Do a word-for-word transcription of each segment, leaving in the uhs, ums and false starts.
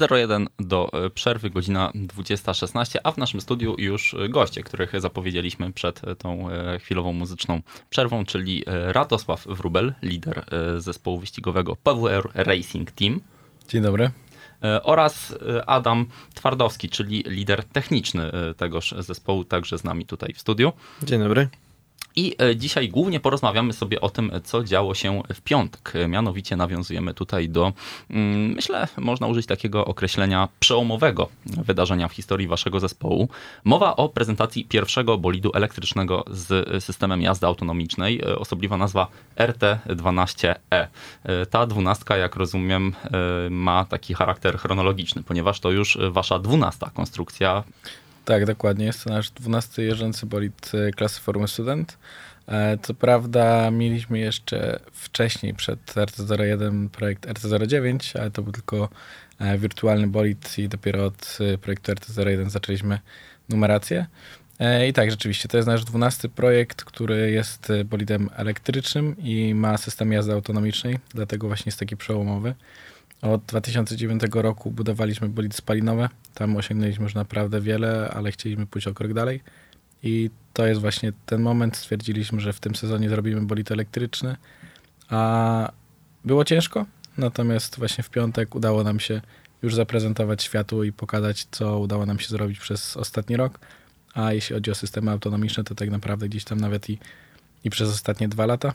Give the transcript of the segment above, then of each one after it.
zero jeden do przerwy, godzina dwudziesta szesnaście, a w naszym studiu już goście, których zapowiedzieliśmy przed tą chwilową muzyczną przerwą, czyli Radosław Wróbel, lider zespołu wyścigowego P W R Racing Team. Dzień dobry. Oraz Adam Twardowski, czyli lider techniczny tegoż zespołu, także z nami tutaj w studiu. Dzień dobry. I dzisiaj głównie porozmawiamy sobie o tym, co działo się w piątek. Mianowicie nawiązujemy tutaj do, myślę, można użyć takiego określenia, przełomowego wydarzenia w historii waszego zespołu. Mowa o prezentacji pierwszego bolidu elektrycznego z systemem jazdy autonomicznej, osobliwa nazwa R T dwanaście E. Ta dwunastka, jak rozumiem, ma taki charakter chronologiczny, ponieważ to już wasza dwunasta konstrukcja. Tak, dokładnie. Jest to nasz dwunasty jeżdżący bolid klasy Formuły Student. Co prawda mieliśmy jeszcze wcześniej przed R T zero jeden projekt R T zero dziewięć, ale to był tylko wirtualny bolid i dopiero od projektu R T zero jeden zaczęliśmy numerację. I tak, rzeczywiście, to jest nasz dwunasty projekt, który jest bolidem elektrycznym i ma system jazdy autonomicznej, dlatego właśnie jest taki przełomowy. Od dwa tysiące dziewiątego roku budowaliśmy bolidy spalinowe. Tam osiągnęliśmy już naprawdę wiele, ale chcieliśmy pójść o krok dalej. I to jest właśnie ten moment. Stwierdziliśmy, że w tym sezonie zrobimy bolid elektryczny. A było ciężko, natomiast właśnie w piątek udało nam się już zaprezentować światu i pokazać, co udało nam się zrobić przez ostatni rok. A jeśli chodzi o systemy autonomiczne, to tak naprawdę gdzieś tam nawet i, i przez ostatnie dwa lata.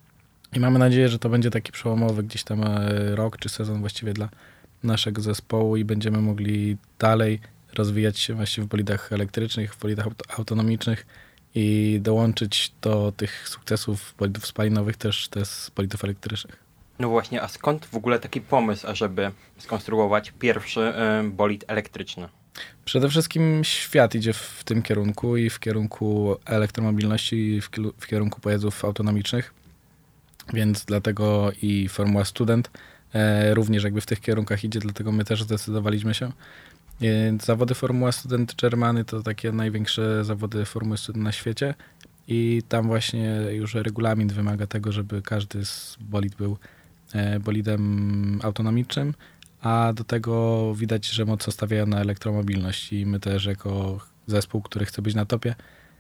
I mamy nadzieję, że to będzie taki przełomowy gdzieś tam rok czy sezon właściwie dla naszego zespołu i będziemy mogli dalej rozwijać się właśnie w bolidach elektrycznych, w bolidach autonomicznych i dołączyć do tych sukcesów bolidów spalinowych też te z bolidów elektrycznych. No właśnie, a skąd w ogóle taki pomysł, ażeby skonstruować pierwszy y, bolid elektryczny? Przede wszystkim świat idzie w tym kierunku i w kierunku elektromobilności i w, w kierunku pojazdów autonomicznych. Więc dlatego i Formuła Student e, również jakby w tych kierunkach idzie, dlatego my też zdecydowaliśmy się. E, zawody Formuła Student Germany to takie największe zawody Formuły Student na świecie i tam właśnie już regulamin wymaga tego, żeby każdy z bolid był e, bolidem autonomicznym, a do tego widać, że mocno stawiają na elektromobilność i my też jako zespół, który chce być na topie,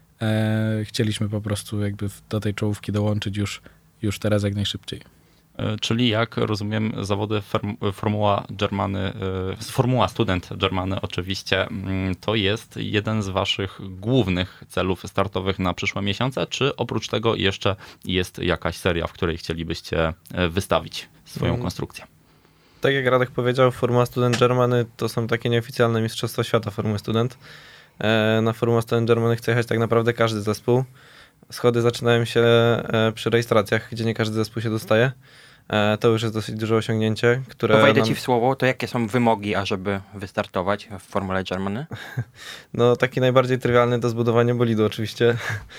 e, chcieliśmy po prostu jakby do tej czołówki dołączyć już już teraz jak najszybciej. Czyli jak rozumiem zawody Formuła Germany, Formuła Student Germany oczywiście, to jest jeden z waszych głównych celów startowych na przyszłe miesiące, czy oprócz tego jeszcze jest jakaś seria, w której chcielibyście wystawić swoją hmm. konstrukcję? Tak jak Radek powiedział, Formuła Student Germany to są takie nieoficjalne mistrzostwa świata Formuły Student. Na Formuła Student Germany chce jechać tak naprawdę każdy zespół. Schody zaczynają się przy rejestracjach, gdzie nie każdy zespół się dostaje. To już jest dosyć duże osiągnięcie, które... To wejdę nam... ci w słowo, to jakie są wymogi, ażeby wystartować w Formule Germany? No taki najbardziej trywialny to zbudowanie bolidu oczywiście,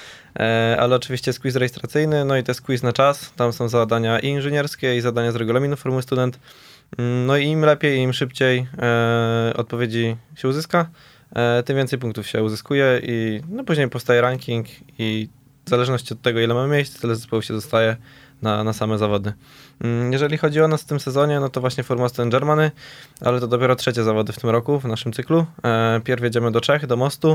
ale oczywiście jest quiz rejestracyjny, no i to jest quiz na czas. Tam są zadania i inżynierskie, i zadania z regulaminu Formuły Student. No i im lepiej, im szybciej odpowiedzi się uzyska, tym więcej punktów się uzyskuje i no później powstaje ranking i w zależności od tego, ile mamy miejsc, tyle zespołów się dostaje na, na same zawody. Jeżeli chodzi o nas w tym sezonie, no to właśnie Formuła Student Germany, ale to dopiero trzecie zawody w tym roku, w naszym cyklu. E, pierw jedziemy do Czech, do Mostu,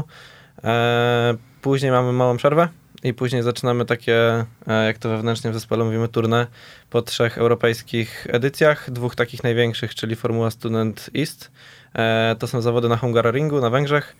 e, później mamy małą przerwę i później zaczynamy takie, e, jak to wewnętrznie w zespole mówimy, tournée po trzech europejskich edycjach, dwóch takich największych, czyli Formuła Student East. E, to są zawody na Hungaroringu, na Węgrzech.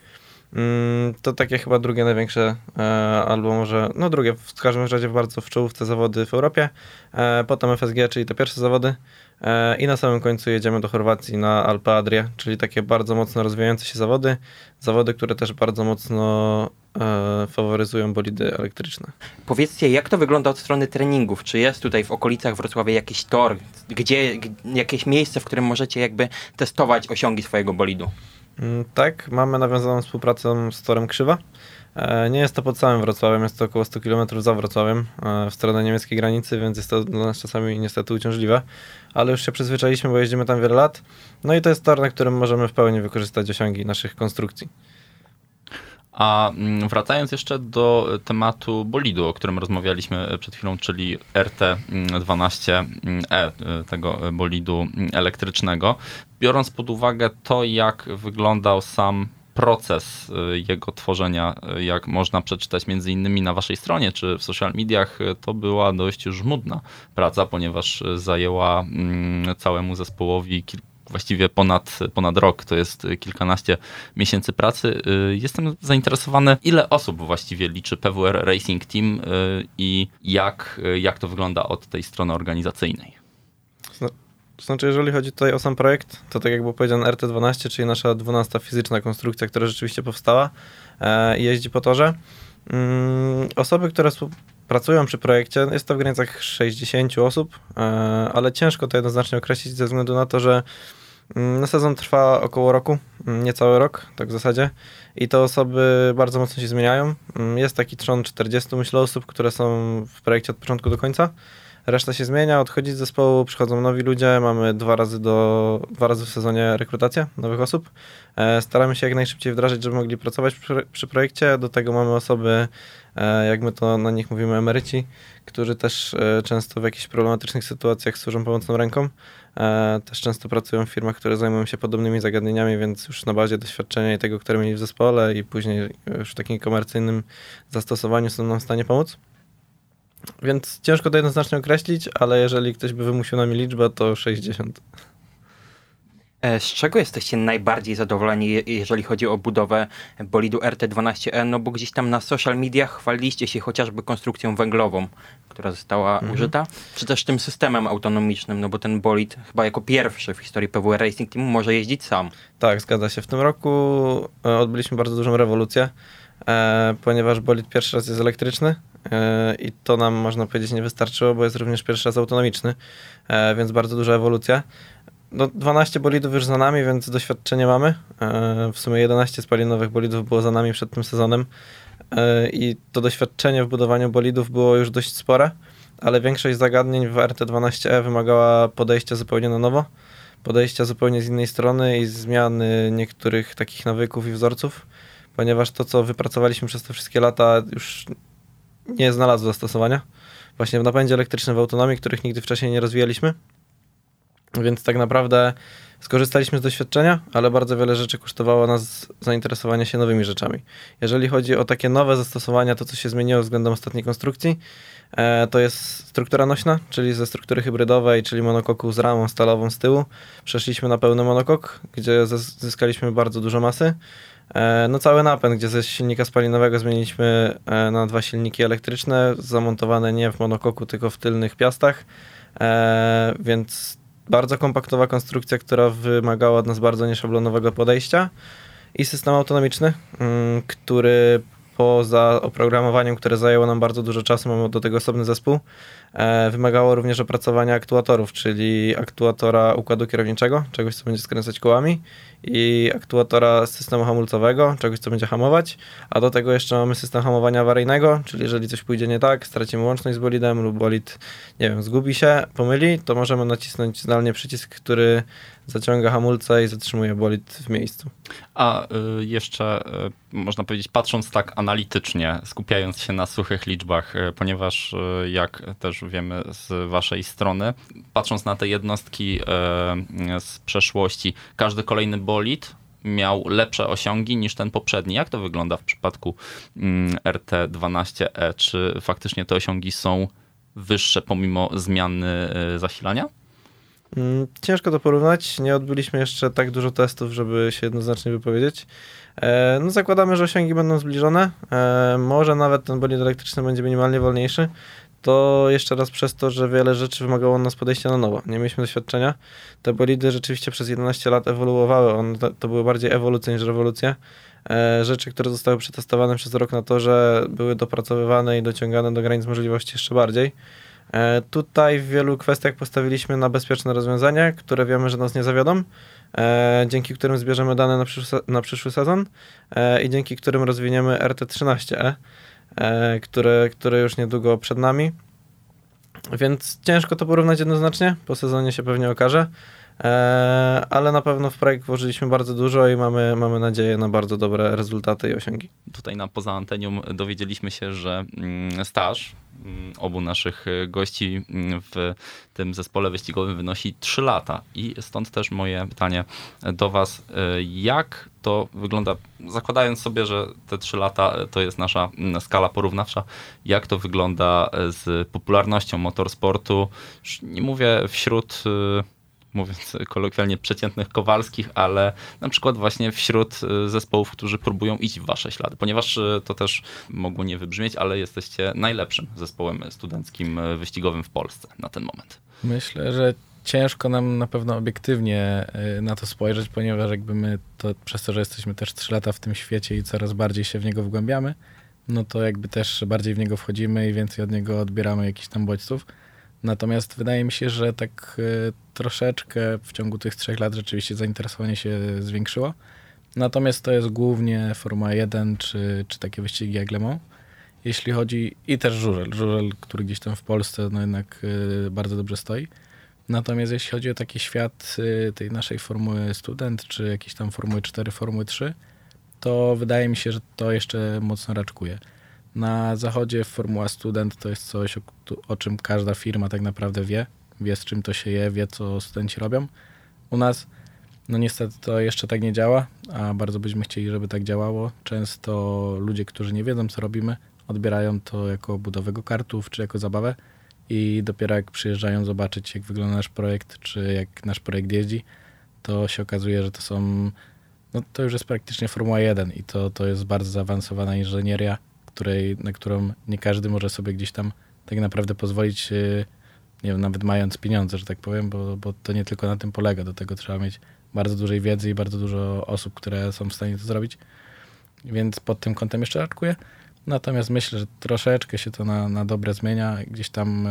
To takie chyba drugie największe, albo może, no drugie, w każdym razie bardzo w czołówce zawody w Europie, potem F S G, czyli te pierwsze zawody i na samym końcu jedziemy do Chorwacji na Alpe Adria, czyli takie bardzo mocno rozwijające się zawody, zawody, które też bardzo mocno faworyzują bolidy elektryczne. Powiedzcie, jak to wygląda od strony treningów? Czy jest tutaj w okolicach Wrocławia jakiś tor, gdzie, jakieś miejsce, w którym możecie jakby testować osiągi swojego bolidu? Tak, mamy nawiązaną współpracę z torem Krzywa. Nie jest to pod samym Wrocławiem, jest to około sto kilometrów za Wrocławiem, w stronę niemieckiej granicy, więc jest to dla nas czasami niestety uciążliwe, ale już się przyzwyczailiśmy, bo jeździmy tam wiele lat. No i to jest tor, na którym możemy w pełni wykorzystać osiągi naszych konstrukcji. A wracając jeszcze do tematu bolidu, o którym rozmawialiśmy przed chwilą, czyli R T dwanaście E, tego bolidu elektrycznego, biorąc pod uwagę to, jak wyglądał sam proces jego tworzenia, jak można przeczytać między innymi na waszej stronie czy w social mediach, to była dość żmudna praca, ponieważ zajęła całemu zespołowi kilka właściwie ponad, ponad rok, to jest kilkanaście miesięcy pracy. Jestem zainteresowany, ile osób właściwie liczy P W R Racing Team i jak, jak to wygląda od tej strony organizacyjnej. To znaczy, jeżeli chodzi tutaj o sam projekt, to tak jak było powiedziane, R T dwanaście, czyli nasza dwunasta fizyczna konstrukcja, która rzeczywiście powstała i jeździ po torze. Osoby, które pracują przy projekcie, jest to w granicach sześćdziesiąt osób, ale ciężko to jednoznacznie określić ze względu na to, że no, sezon trwa około roku, niecały rok, tak w zasadzie, i te osoby bardzo mocno się zmieniają. Jest taki trzon czterdziestu, myślę, osób, które są w projekcie od początku do końca. Reszta się zmienia, odchodzi z zespołu, przychodzą nowi ludzie, mamy dwa razy, do, dwa razy w sezonie rekrutację nowych osób. E, staramy się jak najszybciej wdrażać, żeby mogli pracować przy, przy projekcie. Do tego mamy osoby, e, jak my to na nich mówimy, emeryci, którzy też e, często w jakichś problematycznych sytuacjach służą pomocną ręką. E, też często pracują w firmach, które zajmują się podobnymi zagadnieniami, więc już na bazie doświadczenia i tego, które mieli w zespole i później już w takim komercyjnym zastosowaniu są nam w stanie pomóc. Więc ciężko to jednoznacznie określić, ale jeżeli ktoś by wymusił nami liczbę, to sześćdziesiąt. Z czego jesteście najbardziej zadowoleni, jeżeli chodzi o budowę bolidu R T dwanaście E? No bo gdzieś tam na social mediach chwaliliście się chociażby konstrukcją węglową, która została mhm. użyta, czy też tym systemem autonomicznym, no bo ten bolid chyba jako pierwszy w historii P W R Racing Team może jeździć sam. Tak, zgadza się. W tym roku odbyliśmy bardzo dużą rewolucję, e, ponieważ bolid pierwszy raz jest elektryczny, i to nam, można powiedzieć, nie wystarczyło, bo jest również pierwszy raz autonomiczny, więc bardzo duża ewolucja. No, dwanaście bolidów już za nami, więc doświadczenie mamy. W sumie jedenaście spalinowych bolidów było za nami przed tym sezonem i to doświadczenie w budowaniu bolidów było już dość spore, ale większość zagadnień w R T dwanaście E wymagała podejścia zupełnie na nowo, podejścia zupełnie z innej strony i zmiany niektórych takich nawyków i wzorców, ponieważ to, co wypracowaliśmy przez te wszystkie lata, już nie znalazło zastosowania. Właśnie w napędzie elektrycznym w autonomii, których nigdy wcześniej nie rozwijaliśmy. Więc tak naprawdę skorzystaliśmy z doświadczenia, ale bardzo wiele rzeczy kosztowało nas zainteresowanie się nowymi rzeczami. Jeżeli chodzi o takie nowe zastosowania, to co się zmieniło względem ostatniej konstrukcji, e, to jest struktura nośna, czyli ze struktury hybrydowej, czyli monokoku z ramą stalową z tyłu. Przeszliśmy na pełny monokok, gdzie zyskaliśmy bardzo dużo masy. No cały napęd, gdzie ze silnika spalinowego zmieniliśmy na dwa silniki elektryczne, zamontowane nie w monokoku, tylko w tylnych piastach, więc bardzo kompaktowa konstrukcja, która wymagała od nas bardzo nieszablonowego podejścia i system autonomiczny, który poza oprogramowaniem, które zajęło nam bardzo dużo czasu, mamy do tego osobny zespół, wymagało również opracowania aktuatorów, czyli aktuatora układu kierowniczego, czegoś, co będzie skręcać kołami, i aktuatora systemu hamulcowego, czegoś, co będzie hamować, a do tego jeszcze mamy system hamowania awaryjnego, czyli jeżeli coś pójdzie nie tak, stracimy łączność z bolidem lub bolid, nie wiem, zgubi się, pomyli, to możemy nacisnąć zdalnie przycisk, który zaciąga hamulce i zatrzymuje bolid w miejscu. A y, jeszcze y, można powiedzieć, patrząc tak analitycznie, skupiając się na suchych liczbach, y, ponieważ y, jak też wiemy z waszej strony, patrząc na te jednostki y, z przeszłości, każdy kolejny bolid miał lepsze osiągi niż ten poprzedni. Jak to wygląda w przypadku y, R T dwanaście E? Czy faktycznie te osiągi są wyższe pomimo zmiany y, zasilania? Ciężko to porównać. Nie odbyliśmy jeszcze tak dużo testów, żeby się jednoznacznie wypowiedzieć. No zakładamy, że osiągi będą zbliżone. Może nawet ten bolid elektryczny będzie minimalnie wolniejszy. To jeszcze raz przez to, że wiele rzeczy wymagało od nas podejścia na nowo. Nie mieliśmy doświadczenia. Te bolidy rzeczywiście przez jedenaście lat ewoluowały. One to, to były bardziej ewolucje niż rewolucje. Rzeczy, które zostały przetestowane przez rok na to, że były dopracowywane i dociągane do granic możliwości jeszcze bardziej. Tutaj w wielu kwestiach postawiliśmy na bezpieczne rozwiązania, które wiemy, że nas nie zawiodą, dzięki którym zbierzemy dane na przyszły, na przyszły sezon i dzięki którym rozwiniemy R T trzynaście E, które, które już niedługo przed nami. Więc ciężko to porównać jednoznacznie, po sezonie się pewnie okaże. e, ale na pewno w projekt włożyliśmy bardzo dużo i mamy, mamy nadzieję na bardzo dobre rezultaty i osiągi. Tutaj na poza antenią dowiedzieliśmy się, że staż obu naszych gości w tym zespole wyścigowym wynosi trzy lata i stąd też moje pytanie do was, jak to wygląda, zakładając sobie, że te trzy lata to jest nasza skala porównawcza, jak to wygląda z popularnością motorsportu, już nie mówię wśród, mówiąc kolokwialnie, przeciętnych Kowalskich, ale na przykład właśnie wśród zespołów, którzy próbują iść w wasze ślady, ponieważ to też mogło nie wybrzmieć, ale jesteście najlepszym zespołem studenckim wyścigowym w Polsce na ten moment. Myślę, że ciężko nam na pewno obiektywnie na to spojrzeć, ponieważ jakby my to przez to, że jesteśmy też trzy lata w tym świecie i coraz bardziej się w niego wgłębiamy, no to jakby też bardziej w niego wchodzimy i więcej od niego odbieramy jakichś tam bodźców. Natomiast wydaje mi się, że tak y, troszeczkę w ciągu tych trzech lat rzeczywiście zainteresowanie się zwiększyło. Natomiast to jest głównie Formuła jeden czy, czy takie wyścigi jak Le Mans. Jeśli chodzi, i też żużel, żużel, który gdzieś tam w Polsce no jednak y, bardzo dobrze stoi. Natomiast jeśli chodzi o taki świat y, tej naszej Formuły Student, czy jakiejś tam Formuły cztery, Formuły trzy, to wydaje mi się, że to jeszcze mocno raczkuje. Na zachodzie Formuła Student to jest coś, o, o czym każda firma tak naprawdę wie. Wie, z czym to się je, wie, co studenci robią. U nas, no niestety to jeszcze tak nie działa, a bardzo byśmy chcieli, żeby tak działało. Często ludzie, którzy nie wiedzą, co robimy, odbierają to jako budowę go-kartów, czy jako zabawę i dopiero jak przyjeżdżają zobaczyć, jak wygląda nasz projekt, czy jak nasz projekt jeździ, to się okazuje, że to są, no to już jest praktycznie Formuła jeden i to, to jest bardzo zaawansowana inżynieria, której, na którą nie każdy może sobie gdzieś tam tak naprawdę pozwolić, nie wiem, nawet mając pieniądze, że tak powiem, bo, bo to nie tylko na tym polega. Do tego trzeba mieć bardzo dużej wiedzy i bardzo dużo osób, które są w stanie to zrobić. Więc pod tym kątem jeszcze raczkuję. Natomiast myślę, że troszeczkę się to na, na dobre zmienia. Gdzieś tam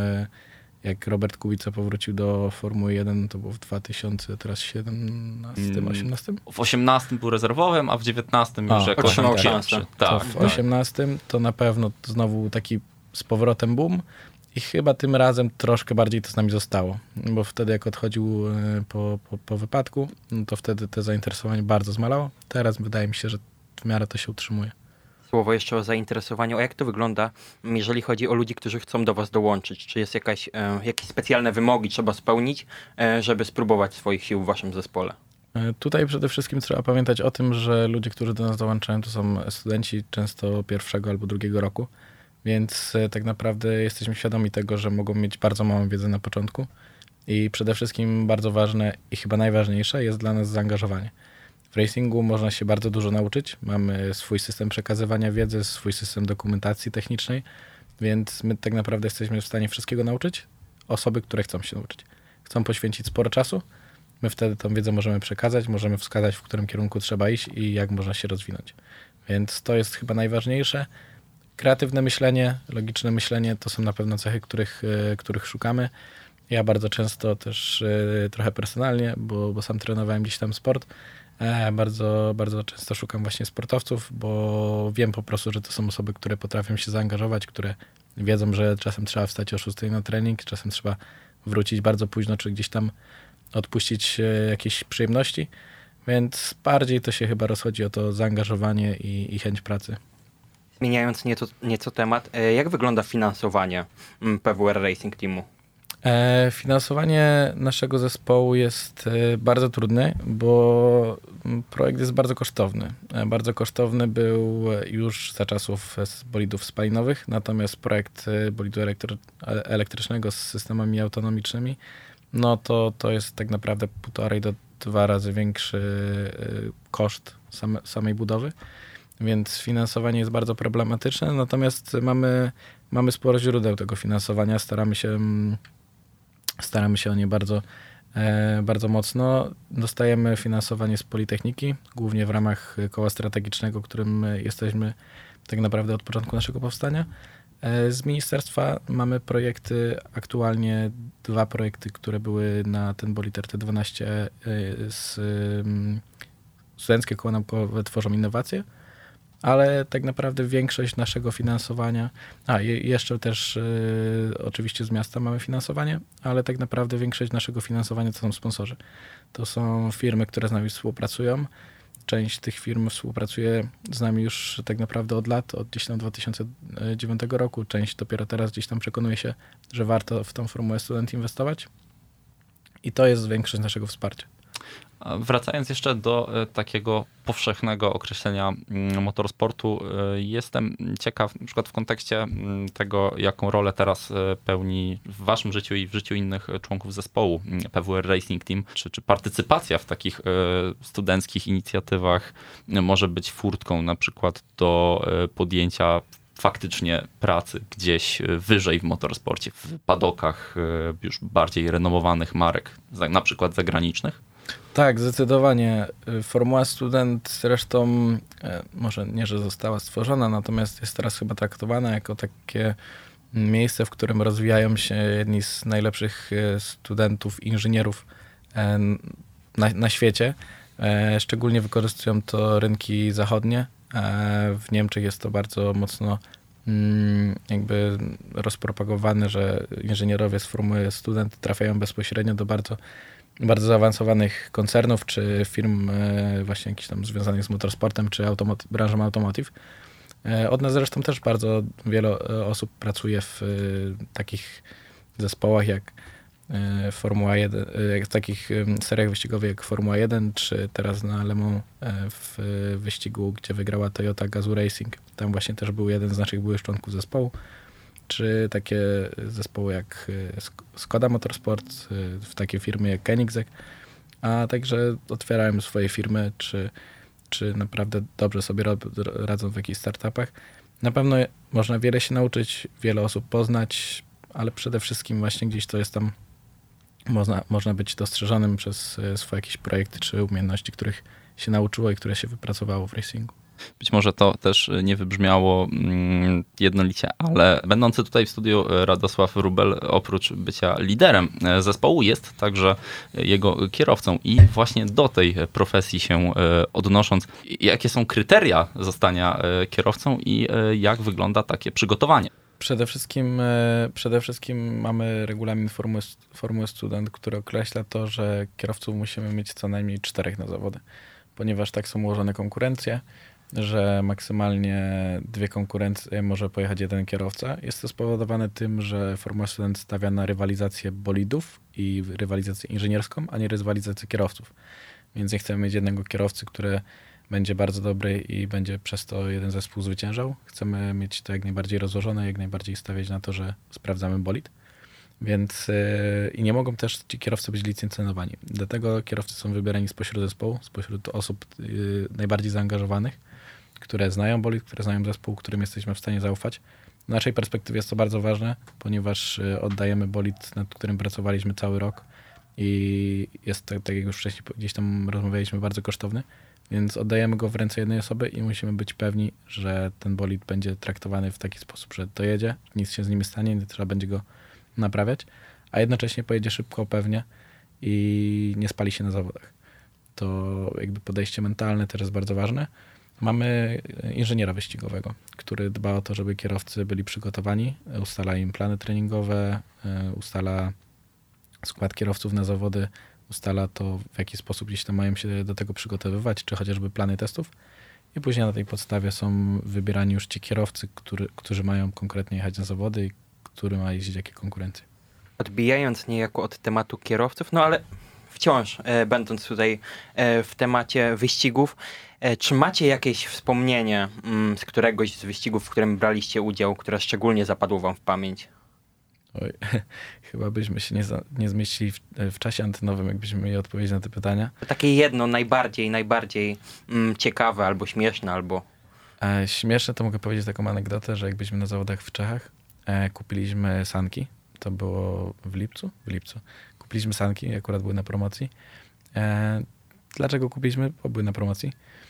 jak Robert Kubica powrócił do Formuły jeden, to było w dwa tysiące siedemnastym, osiemnastym? W osiemnastym był rezerwowym, a w dziewiętnastym już A, jako otrzymał pierwszy. szansę. Tak, To w tak. osiemnastym to na pewno znowu taki z powrotem boom i chyba tym razem troszkę bardziej to z nami zostało, bo wtedy jak odchodził po, po, po wypadku, no to wtedy to zainteresowanie bardzo zmalało. Teraz wydaje mi się, że w miarę to się utrzymuje. Słowo jeszcze o zainteresowaniu. A jak to wygląda, jeżeli chodzi o ludzi, którzy chcą do was dołączyć? Czy jest jakaś, e, jakieś specjalne wymogi trzeba spełnić, e, żeby spróbować swoich sił w waszym zespole? Tutaj przede wszystkim trzeba pamiętać o tym, że ludzie, którzy do nas dołączają, to są studenci często pierwszego albo drugiego roku, więc tak naprawdę jesteśmy świadomi tego, że mogą mieć bardzo małą wiedzę na początku i przede wszystkim bardzo ważne i chyba najważniejsze jest dla nas zaangażowanie. W racingu można się bardzo dużo nauczyć. Mamy swój system przekazywania wiedzy, swój system dokumentacji technicznej, więc my tak naprawdę jesteśmy w stanie wszystkiego nauczyć. Osoby, które chcą się nauczyć. Chcą poświęcić sporo czasu. My wtedy tą wiedzę możemy przekazać, możemy wskazać, w którym kierunku trzeba iść i jak można się rozwinąć. Więc to jest chyba najważniejsze. Kreatywne myślenie, logiczne myślenie to są na pewno cechy, których, których szukamy. Ja bardzo często też trochę personalnie, bo, bo sam trenowałem gdzieś tam sport, Bardzo, bardzo często szukam właśnie sportowców, bo wiem po prostu, że to są osoby, które potrafią się zaangażować, które wiedzą, że czasem trzeba wstać o szóstej na trening, czasem trzeba wrócić bardzo późno, czy gdzieś tam odpuścić jakieś przyjemności, więc bardziej to się chyba rozchodzi o to zaangażowanie i, i chęć pracy. Zmieniając nieco, nieco temat, jak wygląda finansowanie P W R Racing Teamu? E, finansowanie naszego zespołu jest e, bardzo trudne, bo projekt jest bardzo kosztowny. E, bardzo kosztowny był już za czasów bolidów spalinowych, natomiast projekt bolidu elektry- elektrycznego z systemami autonomicznymi, no to, to jest tak naprawdę półtorej do dwa razy większy e, koszt same, samej budowy, więc finansowanie jest bardzo problematyczne, natomiast mamy, mamy sporo źródeł tego finansowania, staramy się Staramy się o nie bardzo, e, bardzo mocno. Dostajemy finansowanie z Politechniki, głównie w ramach koła strategicznego, którym jesteśmy tak naprawdę od początku naszego powstania. E, z ministerstwa mamy projekty, aktualnie dwa projekty, które były na ten bolid R T dwanaście e, z um, Studenckie Koło Naukowe Tworzą Innowacje, ale tak naprawdę większość naszego finansowania, a i jeszcze też y, oczywiście z miasta mamy finansowanie, ale tak naprawdę większość naszego finansowania to są sponsorzy. To są firmy, które z nami współpracują. Część tych firm współpracuje z nami już tak naprawdę od lat, od gdzieś tam dwa tysiące dziewiątego roku. Część dopiero teraz gdzieś tam przekonuje się, że warto w tą formułę student inwestować. I to jest większość naszego wsparcia. Wracając jeszcze do e, takiego powszechnego określenia mm, motorsportu, e, jestem ciekaw na przykład w kontekście mm, tego, jaką rolę teraz e, pełni w waszym życiu i w życiu innych członków zespołu P W R Racing Team, czy, czy partycypacja w takich e, studenckich inicjatywach e, może być furtką na przykład do e, podjęcia faktycznie pracy gdzieś wyżej w motorsporcie, w padokach e, już bardziej renomowanych marek, za, na przykład zagranicznych? Tak, zdecydowanie. Formuła Student zresztą może nie, że została stworzona, natomiast jest teraz chyba traktowana jako takie miejsce, w którym rozwijają się jedni z najlepszych studentów, inżynierów na, na świecie. Szczególnie wykorzystują to rynki zachodnie. W Niemczech jest to bardzo mocno jakby rozpropagowane, że inżynierowie z formuły Student trafiają bezpośrednio do bardzo bardzo zaawansowanych koncernów, czy firm właśnie jakichś tam związanych z motorsportem, czy automoty- branżą automotive. Od nas zresztą też bardzo wiele osób pracuje w takich zespołach jak Formuła jeden, w takich seriach wyścigowych jak Formuła jeden, czy teraz na Le Mans w wyścigu, gdzie wygrała Toyota Gazoo Racing. Tam właśnie też był jeden z naszych byłych członków zespołu. Czy takie zespoły jak Skoda Motorsport, w takie firmy jak Koenigsegg, a także otwierają swoje firmy, czy, czy naprawdę dobrze sobie radzą w jakichś startupach. Na pewno można wiele się nauczyć, wiele osób poznać, ale przede wszystkim właśnie gdzieś to jest tam, można, można być dostrzeżonym przez swoje jakieś projekty czy umiejętności, których się nauczyło i które się wypracowało w racingu. Być może to też nie wybrzmiało jednolicie, ale będący tutaj w studiu Radosław Wróbel oprócz bycia liderem zespołu jest także jego kierowcą i właśnie do tej profesji się odnosząc, jakie są kryteria zostania kierowcą i jak wygląda takie przygotowanie? Przede wszystkim, przede wszystkim mamy regulamin Formuły, Formuły Student, który określa to, że kierowców musimy mieć co najmniej czterech na zawody, ponieważ tak są ułożone konkurencje, że maksymalnie dwie konkurencje może pojechać jeden kierowca. Jest to spowodowane tym, że Formuła Student stawia na rywalizację bolidów i rywalizację inżynierską, a nie rywalizację kierowców. Więc nie chcemy mieć jednego kierowcy, który będzie bardzo dobry i będzie przez to jeden zespół zwyciężał. Chcemy mieć to jak najbardziej rozłożone, jak najbardziej stawiać na to, że sprawdzamy bolid. Więc yy, i nie mogą też ci kierowcy być licencjonowani. Dlatego kierowcy są wybierani spośród zespołu, spośród osób yy, najbardziej zaangażowanych, które znają bolid, które znają zespół, którym jesteśmy w stanie zaufać. Z naszej perspektywy jest to bardzo ważne, ponieważ yy, oddajemy bolid, nad którym pracowaliśmy cały rok i jest, tak, tak jak już wcześniej gdzieś tam rozmawialiśmy, bardzo kosztowny, więc oddajemy go w ręce jednej osoby i musimy być pewni, że ten bolid będzie traktowany w taki sposób, że dojedzie, nic się z nim stanie, nie trzeba będzie go naprawiać, a jednocześnie pojedzie szybko, pewnie i nie spali się na zawodach. To jakby podejście mentalne też jest bardzo ważne. Mamy inżyniera wyścigowego, który dba o to, żeby kierowcy byli przygotowani, ustala im plany treningowe, ustala skład kierowców na zawody, ustala to, w jaki sposób gdzieś tam mają się do tego przygotowywać, czy chociażby plany testów. I później na tej podstawie są wybierani już ci kierowcy, który, którzy mają konkretnie jechać na zawody i który ma jeździć jakie konkurencje. Odbijając niejako od tematu kierowców, no ale wciąż e, będąc tutaj e, w temacie wyścigów, e, czy macie jakieś wspomnienie mm, z któregoś z wyścigów, w którym braliście udział, które szczególnie zapadło wam w pamięć? Oj, chyba byśmy się nie, za, nie zmieścili w, w czasie antenowym, jakbyśmy mieli odpowiedzieć na te pytania. Takie jedno najbardziej, najbardziej mm, ciekawe albo śmieszne, albo... E, śmieszne to mogę powiedzieć taką anegdotę, że jak byliśmy na zawodach w Czechach, e, kupiliśmy sanki. To było w lipcu? W lipcu. Kupiliśmy sanki, akurat były na promocji. E, dlaczego kupiliśmy? Bo były na promocji.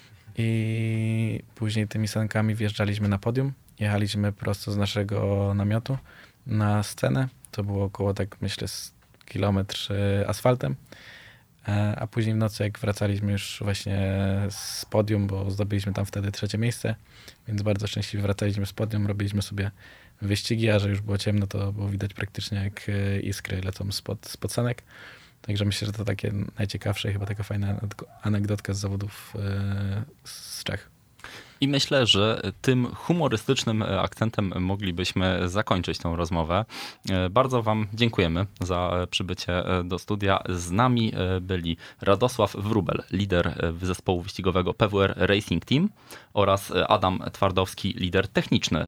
I później tymi sankami wjeżdżaliśmy na podium. Jechaliśmy prosto z naszego namiotu na scenę. To było około, tak myślę, z kilometr asfaltem. a później w nocy, jak wracaliśmy już właśnie z podium, bo zdobyliśmy tam wtedy trzecie miejsce, więc bardzo szczęśliwie wracaliśmy z podium, robiliśmy sobie wyścigi, a że już było ciemno, to było widać praktycznie, jak iskry lecą spod, spod sanek. Także myślę, że to takie najciekawsze i chyba taka fajna anegdotka z zawodów z Czech. I myślę, że tym humorystycznym akcentem moglibyśmy zakończyć tę rozmowę. Bardzo wam dziękujemy za przybycie do studia. Z nami byli Radosław Wróbel, lider zespołu wyścigowego P W R Racing Team oraz Adam Twardowski, lider techniczny